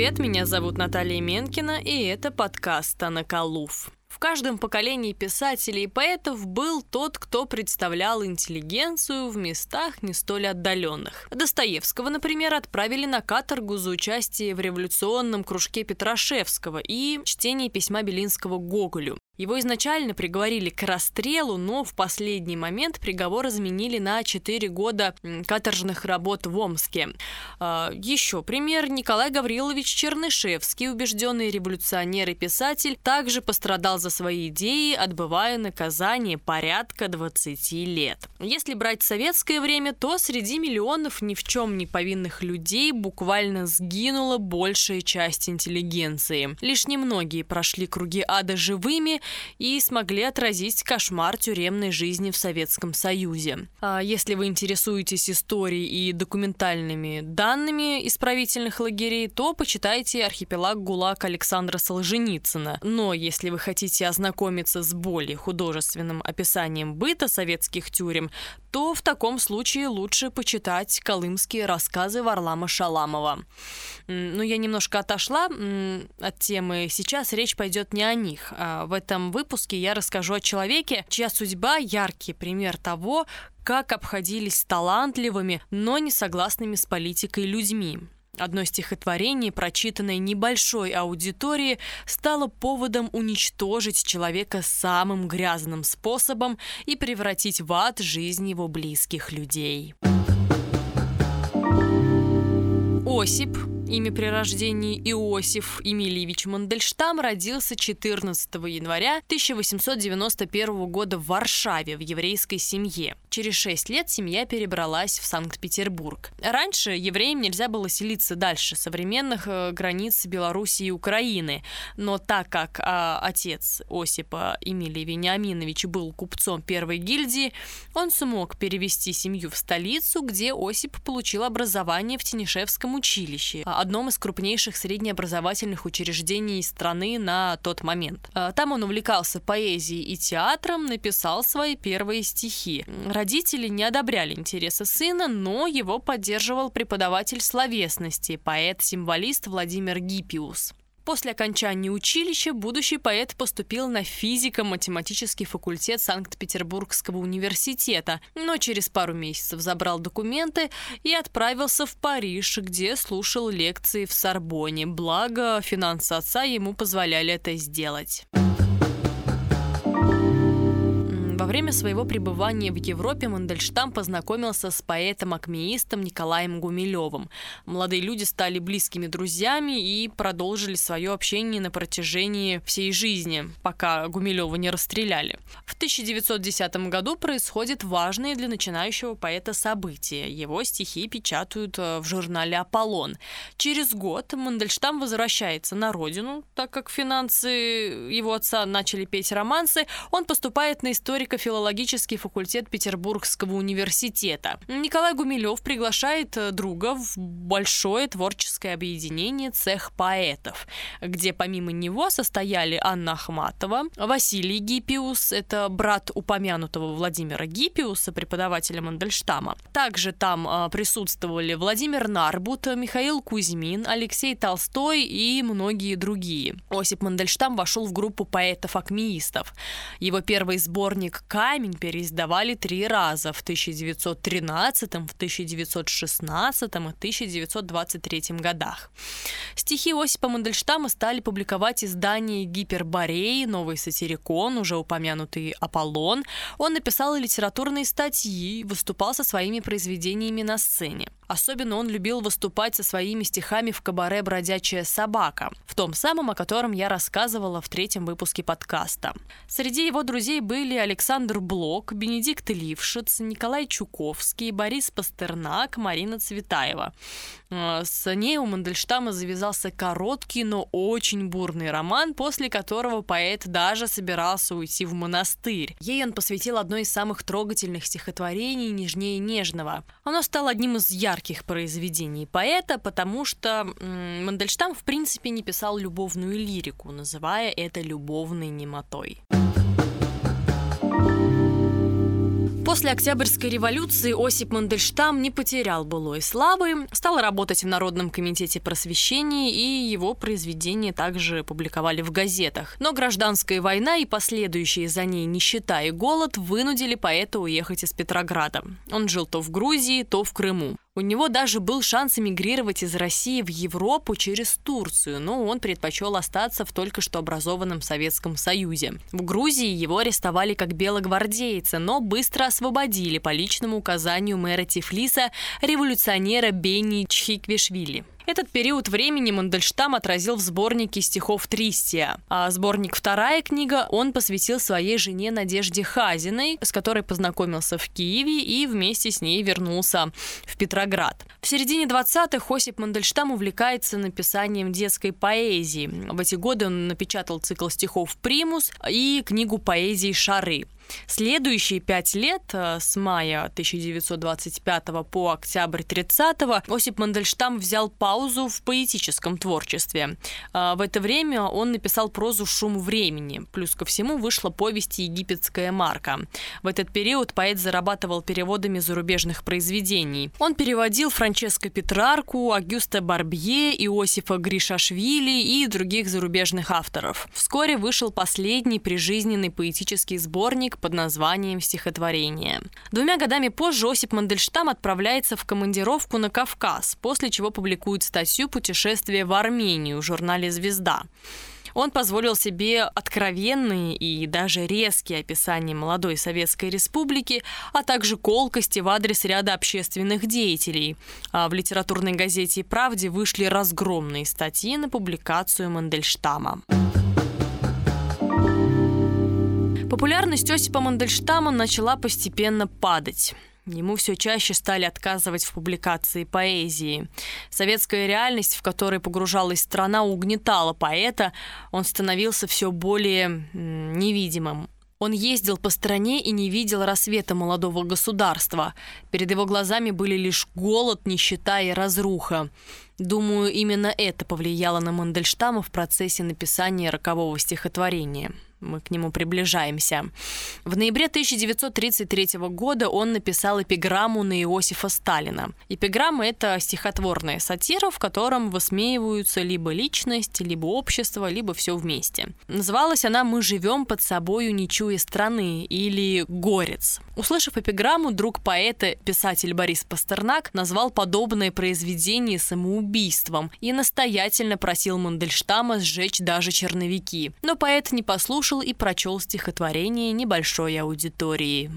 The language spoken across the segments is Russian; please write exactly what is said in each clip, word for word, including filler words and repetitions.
привет, меня зовут Наталья Менкина, и это подкаст «Танакалуф». В каждом поколении писателей и поэтов был тот, кто представлял интеллигенцию в местах не столь отдаленных. Достоевского, например, отправили на каторгу за участие в революционном кружке Петрашевского и чтение письма Белинского Гоголю. Его изначально приговорили к расстрелу, но в последний момент приговор изменили на четыре года каторжных работ в Омске. Еще пример. Николай Гаврилович Чернышевский, убежденный революционер и писатель, также пострадал за свои идеи, отбывая наказание порядка двадцати лет. Если брать советское время, то среди миллионов ни в чем не повинных людей буквально сгинула большая часть интеллигенции. Лишь немногие прошли круги ада живыми и смогли отразить кошмар тюремной жизни в Советском Союзе. А если вы интересуетесь историей и документальными данными исправительных лагерей, то почитайте «Архипелаг ГУЛАГ» Александра Солженицына. Но если вы хотите ознакомиться с более художественным описанием быта советских тюрем, то в таком случае лучше почитать колымские рассказы Варлама Шаламова. Но я немножко отошла от темы. Сейчас речь пойдет не о них. В этом В выпуске я расскажу о человеке, чья судьба – яркий пример того, как обходились с талантливыми, но не согласными с политикой людьми. Одно стихотворение, прочитанное небольшой аудитории, стало поводом уничтожить человека самым грязным способом и превратить в ад жизнь его близких людей. Осип, имя при рождении Иосиф Эмильевич Мандельштам, родился четырнадцатого января тысяча восемьсот девяносто первого года в Варшаве в еврейской семье. Через шесть лет семья перебралась в Санкт-Петербург. Раньше евреям нельзя было селиться дальше современных э, границ Белоруссии и Украины, но так как э, отец Осипа Эмилий Вениаминович был купцом первой гильдии, он смог перевести семью в столицу, где Осип получил образование в Тенишевском училище, одном из крупнейших среднеобразовательных учреждений страны на тот момент. Там он увлекался поэзией и театром, написал свои первые стихи. Родители не одобряли интересы сына, но его поддерживал преподаватель словесности, поэт-символист Владимир Гиппиус. После окончания училища будущий поэт поступил на физико-математический факультет Санкт-Петербургского университета, но через пару месяцев забрал документы и отправился в Париж, где слушал лекции в Сорбонне, благо финансы отца ему позволяли это сделать. Во время своего пребывания в Европе Мандельштам познакомился с поэтом-акмеистом Николаем Гумилевым. Молодые люди стали близкими друзьями и продолжили свое общение на протяжении всей жизни, пока Гумилева не расстреляли. В тысяча девятьсот десятом году происходит важное для начинающего поэта событие. Его стихи печатают в журнале «Аполлон». Через год Мандельштам возвращается на родину, так как финансы его отца начали петь романсы. Он поступает на историко-филологический факультет Петербургского университета. Николай Гумилев приглашает друга в большое творческое объединение «Цех поэтов», где помимо него состояли Анна Ахматова, Василий Гиппиус, это брат упомянутого Владимира Гиппиуса, преподавателя Мандельштама. Также там а, присутствовали Владимир Нарбут, Михаил Кузьмин, Алексей Толстой и многие другие. Осип Мандельштам вошел в группу поэтов-акмеистов. Его первый сборник «Камень» переиздавали три раза в тысяча девятьсот тринадцатом, в тысяча девятьсот шестнадцатом и тысяча девятьсот двадцать третьем годах. Стихи Осипа Мандельштама стали публиковать издания «Гиперборей», «Новый сатирикон», уже упомянутый «Аполлон». Он написал литературные статьи, выступал со своими произведениями на сцене. Особенно он любил выступать со своими стихами в кабаре «Бродячая собака», в том самом, о котором я рассказывала в третьем выпуске подкаста. Среди его друзей были Александр Блок, Бенедикт Лившиц, Николай Чуковский, Борис Пастернак, Марина Цветаева. С ней у Мандельштама завязался короткий, но очень бурный роман, после которого поэт даже собирался уйти в монастырь. Ей он посвятил одно из самых трогательных стихотворений «Нежнее нежного». Оно стало одним из ярких произведений поэта, потому что м- Мандельштам в принципе не писал любовную лирику, называя это любовной немотой. После Октябрьской революции Осип Мандельштам не потерял былой славы, стал работать в Народном комитете просвещения, и его произведения также публиковали в газетах. Но гражданская война и последующие за ней нищета и голод вынудили поэта уехать из Петрограда. Он жил то в Грузии, то в Крыму. У него даже был шанс эмигрировать из России в Европу через Турцию, но он предпочел остаться в только что образованном Советском Союзе. В Грузии его арестовали как белогвардейца, но быстро освободили по личному указанию мэра Тифлиса, революционера Бени Чхиквишвили. Этот период времени Мандельштам отразил в сборнике стихов «Тристия», а сборник «Вторая книга» он посвятил своей жене Надежде Хазиной, с которой познакомился в Киеве и вместе с ней вернулся в Петроград. В середине двадцатых Осип Мандельштам увлекается написанием детской поэзии. В эти годы он напечатал цикл стихов «Примус» и книгу поэзии «Шары». Следующие пять лет, с мая тысяча девятьсот двадцать пятого по октябрь тридцатого, Осип Мандельштам взял паузу в поэтическом творчестве. В это время он написал прозу «Шум времени». Плюс ко всему вышла повесть «Египетская марка». В этот период поэт зарабатывал переводами зарубежных произведений. Он переводил Франческо Петрарку, Агюста Барбье, Иосифа Гришашвили и других зарубежных авторов. Вскоре вышел последний прижизненный поэтический сборник под названием «Стихотворение». Двумя годами позже Осип Мандельштам отправляется в командировку на Кавказ, после чего публикует статью «Путешествие в Армению» в журнале «Звезда». Он позволил себе откровенные и даже резкие описания молодой Советской Республики, а также колкости в адрес ряда общественных деятелей. А в литературной газете «Правде» вышли разгромные статьи на публикацию Мандельштама. Популярность Осипа Мандельштама начала постепенно падать. Ему все чаще стали отказывать в публикации поэзии. Советская реальность, в которой погружалась страна, угнетала поэта. Он становился все более невидимым. Он ездил по стране и не видел рассвета молодого государства. Перед его глазами были лишь голод, нищета и разруха. Думаю, именно это повлияло на Мандельштама в процессе написания рокового стихотворения. Мы к нему приближаемся. В ноябре тысяча девятьсот тридцать третьего года он написал эпиграмму на Иосифа Сталина. Эпиграмма – это стихотворная сатира, в котором высмеиваются либо личность, либо общество, либо все вместе. Называлась она «Мы живем под собою, не чуя страны» или «Горец». Услышав эпиграмму, друг поэта, писатель Борис Пастернак, назвал подобное произведение самоубийством и настоятельно просил Мандельштама сжечь даже черновики. Но поэт не послушал и прочел стихотворение небольшой аудитории.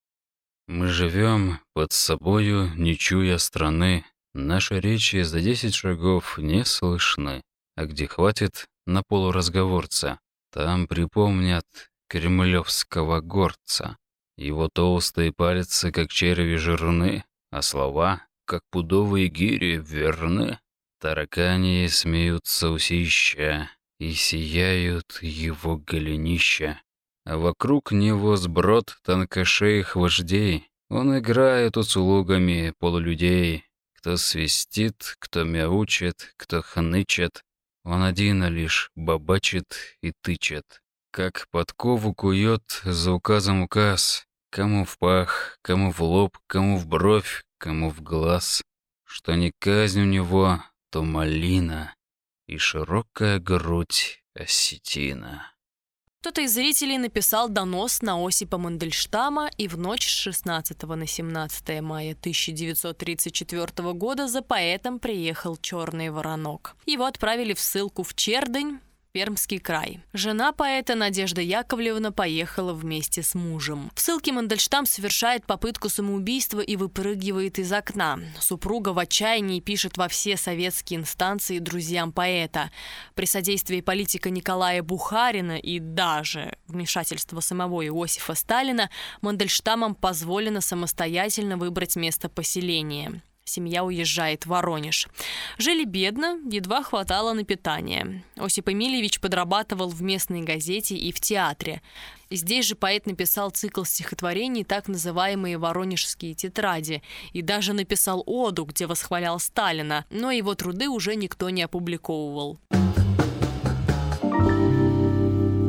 Мы живем под собою, не чуя страны. Наши речи за десять шагов не слышны. А где хватит на полуразговорца, там припомнят кремлевского горца. Его толстые пальцы, как черви, жирны, а слова, как пудовые гири, верны. Таракани смеются усища, и сияют его голенища. А вокруг него сброд тонкошеих вождей. Он играет услугами полулюдей. Кто свистит, кто мяучит, кто хнычет. Он один лишь бабачит и тычет. Как подкову кует за указом указ. Кому в пах, кому в лоб, кому в бровь, кому в глаз. Что не казнь у него, то малина. И широкая грудь осетина. Кто-то из зрителей написал донос на Осипа Мандельштама, и в ночь с шестнадцатого на семнадцатое мая тысяча девятьсот тридцать четвёртого года за поэтом приехал черный воронок. Его отправили в ссылку в Чердынь, Пермский край. Жена поэта Надежда Яковлевна поехала вместе с мужем. В ссылке Мандельштам совершает попытку самоубийства и выпрыгивает из окна. Супруга в отчаянии пишет во все советские инстанции друзьям поэта. При содействии политика Николая Бухарина и даже вмешательства самого Иосифа Сталина Мандельштамам позволено самостоятельно выбрать место поселения. Семья уезжает в Воронеж. Жили бедно, едва хватало на питание. Осип Эмильевич подрабатывал в местной газете и в театре. Здесь же поэт написал цикл стихотворений, так называемые «Воронежские тетради», и даже написал оду, где восхвалял Сталина, но его труды уже никто не опубликовывал. В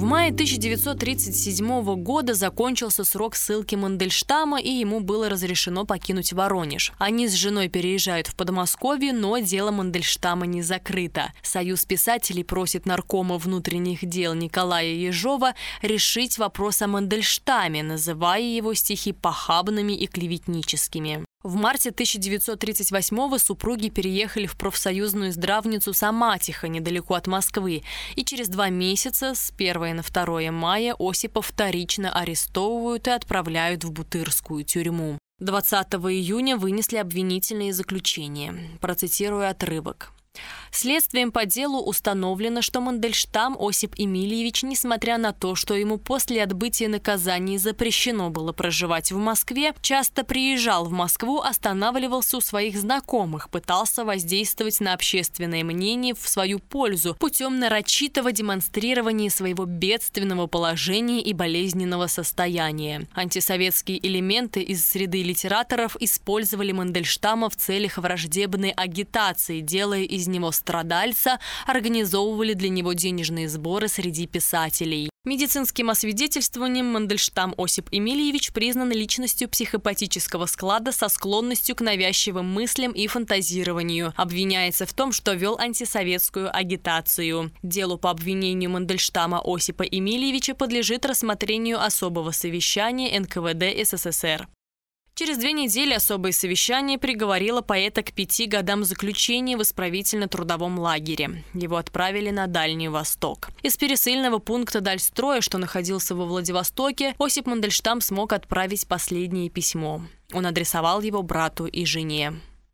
мае тысяча девятьсот тридцать седьмого года закончился срок ссылки Мандельштама, и ему было разрешено покинуть Воронеж. Они с женой переезжают в Подмосковье, но дело Мандельштама не закрыто. Союз писателей просит наркома внутренних дел Николая Ежова решить вопрос о Мандельштаме, называя его стихи похабными и клеветническими. В марте тысяча девятьсот тридцать восьмого супруги переехали в профсоюзную здравницу Саматиха, недалеко от Москвы, и через два месяца, с первого на второе мая, Осипа вторично арестовывают и отправляют в Бутырскую тюрьму. двадцатого июня вынесли обвинительные заключения. Процитирую отрывок. Следствием по делу установлено, что Мандельштам Осип Эмильевич, несмотря на то, что ему после отбытия наказания запрещено было проживать в Москве, часто приезжал в Москву, останавливался у своих знакомых, пытался воздействовать на общественное мнение в свою пользу путем нарочитого демонстрирования своего бедственного положения и болезненного состояния. Антисоветские элементы из среды литераторов использовали Мандельштама в целях враждебной агитации, делая из него страдальца, организовывали для него денежные сборы среди писателей. Медицинским освидетельствованием Мандельштам Осип Эмильевич признан личностью психопатического склада со склонностью к навязчивым мыслям и фантазированию. Обвиняется в том, что вел антисоветскую агитацию. Делу по обвинению Мандельштама Осипа Эмильевича подлежит рассмотрению особого совещания эн ка вэ дэ эс эс эс эр. Через две недели особое совещание приговорило поэта к пяти годам заключения в исправительно-трудовом лагере. Его отправили на Дальний Восток. Из пересыльного пункта Дальстроя, что находился во Владивостоке, Осип Мандельштам смог отправить последнее письмо. Он адресовал его брату и жене.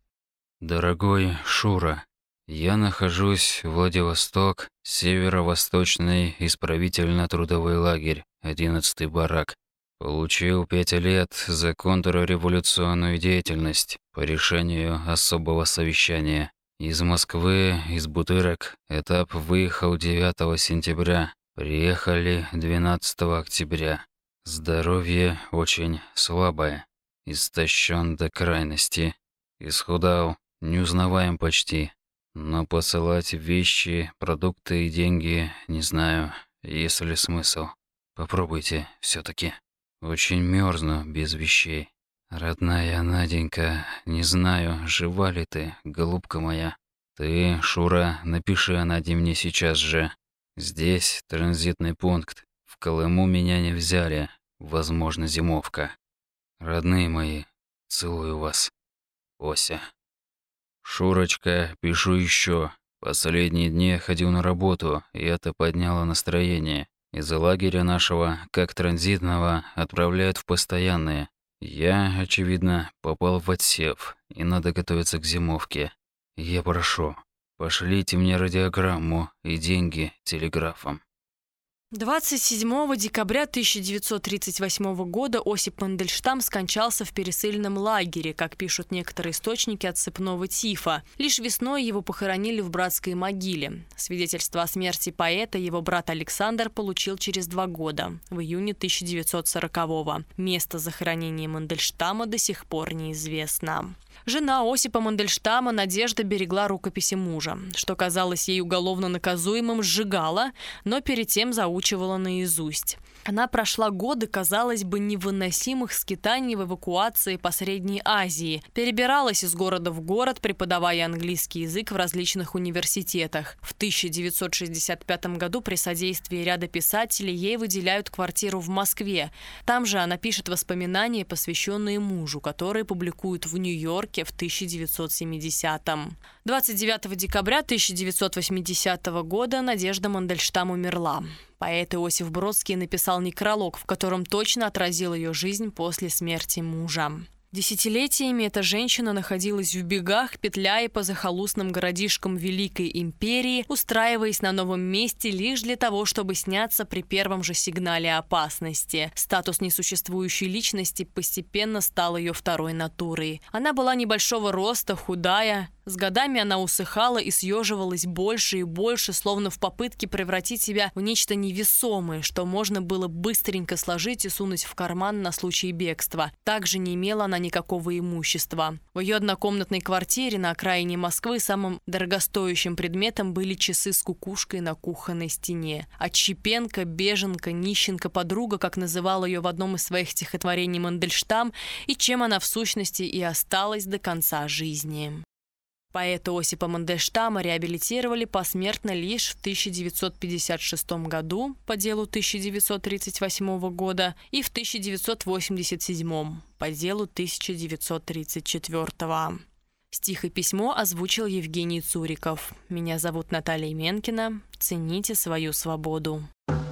«Дорогой Шура, я нахожусь в Владивосток, северо-восточный исправительно-трудовой лагерь, одиннадцатый барак. Получил пять лет за контрреволюционную деятельность по решению особого совещания. Из Москвы, из Бутырок, этап выехал девятого сентября. Приехали двенадцатого октября. Здоровье очень слабое. Истощен до крайности. Исхудал, неузнаваем почти. Но посылать вещи, продукты и деньги, не знаю, есть ли смысл. Попробуйте все-таки. Очень мерзну без вещей. Родная Наденька, не знаю, жива ли ты, голубка моя. Ты, Шура, напиши о Наде мне сейчас же. Здесь транзитный пункт. В Колыму меня не взяли. Возможно, зимовка. Родные мои, целую вас. Ося. Шурочка, пишу еще. Последние дни я ходил на работу, и это подняло настроение. Из-за лагеря нашего, как транзитного, отправляют в постоянные. Я, очевидно, попал в отсев, и надо готовиться к зимовке. Я прошу, пошлите мне радиограмму и деньги телеграфом». двадцать седьмого декабря тысяча девятьсот тридцать восьмого года Осип Мандельштам скончался в пересыльном лагере, как пишут некоторые источники, от сыпного тифа. Лишь весной его похоронили в братской могиле. Свидетельство о смерти поэта его брат Александр получил через два года, в июне тысяча девятьсот сорокового. Место захоронения Мандельштама до сих пор неизвестно. Жена Осипа Мандельштама Надежда берегла рукописи мужа. Что казалось ей уголовно наказуемым, сжигала, но перед тем заучивала наизусть. Она прошла годы, казалось бы, невыносимых скитаний в эвакуации по Средней Азии. Перебиралась из города в город, преподавая английский язык в различных университетах. В тысяча девятьсот шестьдесят пятом году при содействии ряда писателей ей выделяют квартиру в Москве. Там же она пишет воспоминания, посвященные мужу, которые публикуют в Нью-Йорке в тысяча девятьсот семидесятом. двадцать девятого декабря тысяча девятьсот восьмидесятого года Надежда Мандельштам умерла. Поэт Иосиф Бродский написал некролог, в котором точно отразил ее жизнь после смерти мужа. Десятилетиями эта женщина находилась в бегах, петляя по захолустным городишкам Великой империи, устраиваясь на новом месте лишь для того, чтобы сняться при первом же сигнале опасности. Статус несуществующей личности постепенно стал ее второй натурой. Она была небольшого роста, худая. С годами она усыхала и съеживалась больше и больше, словно в попытке превратить себя в нечто невесомое, что можно было быстренько сложить и сунуть в карман на случай бегства. Также не имела она никакого имущества. В ее однокомнатной квартире на окраине Москвы самым дорогостоящим предметом были часы с кукушкой на кухонной стене. Отщепенка, беженка, нищенка, подруга, как называл ее в одном из своих стихотворений Мандельштам, и чем она в сущности и осталась до конца жизни. Поэта Осипа Мандельштама реабилитировали посмертно лишь в тысяча девятьсот пятьдесят шестом году по делу тысяча девятьсот тридцать восьмого года и в тысяча девятьсот восемьдесят седьмом по делу тысяча девятьсот тридцать четвёртого. Стих и письмо озвучил Евгений Цуриков. Меня зовут Наталья Менкина. Цените свою свободу.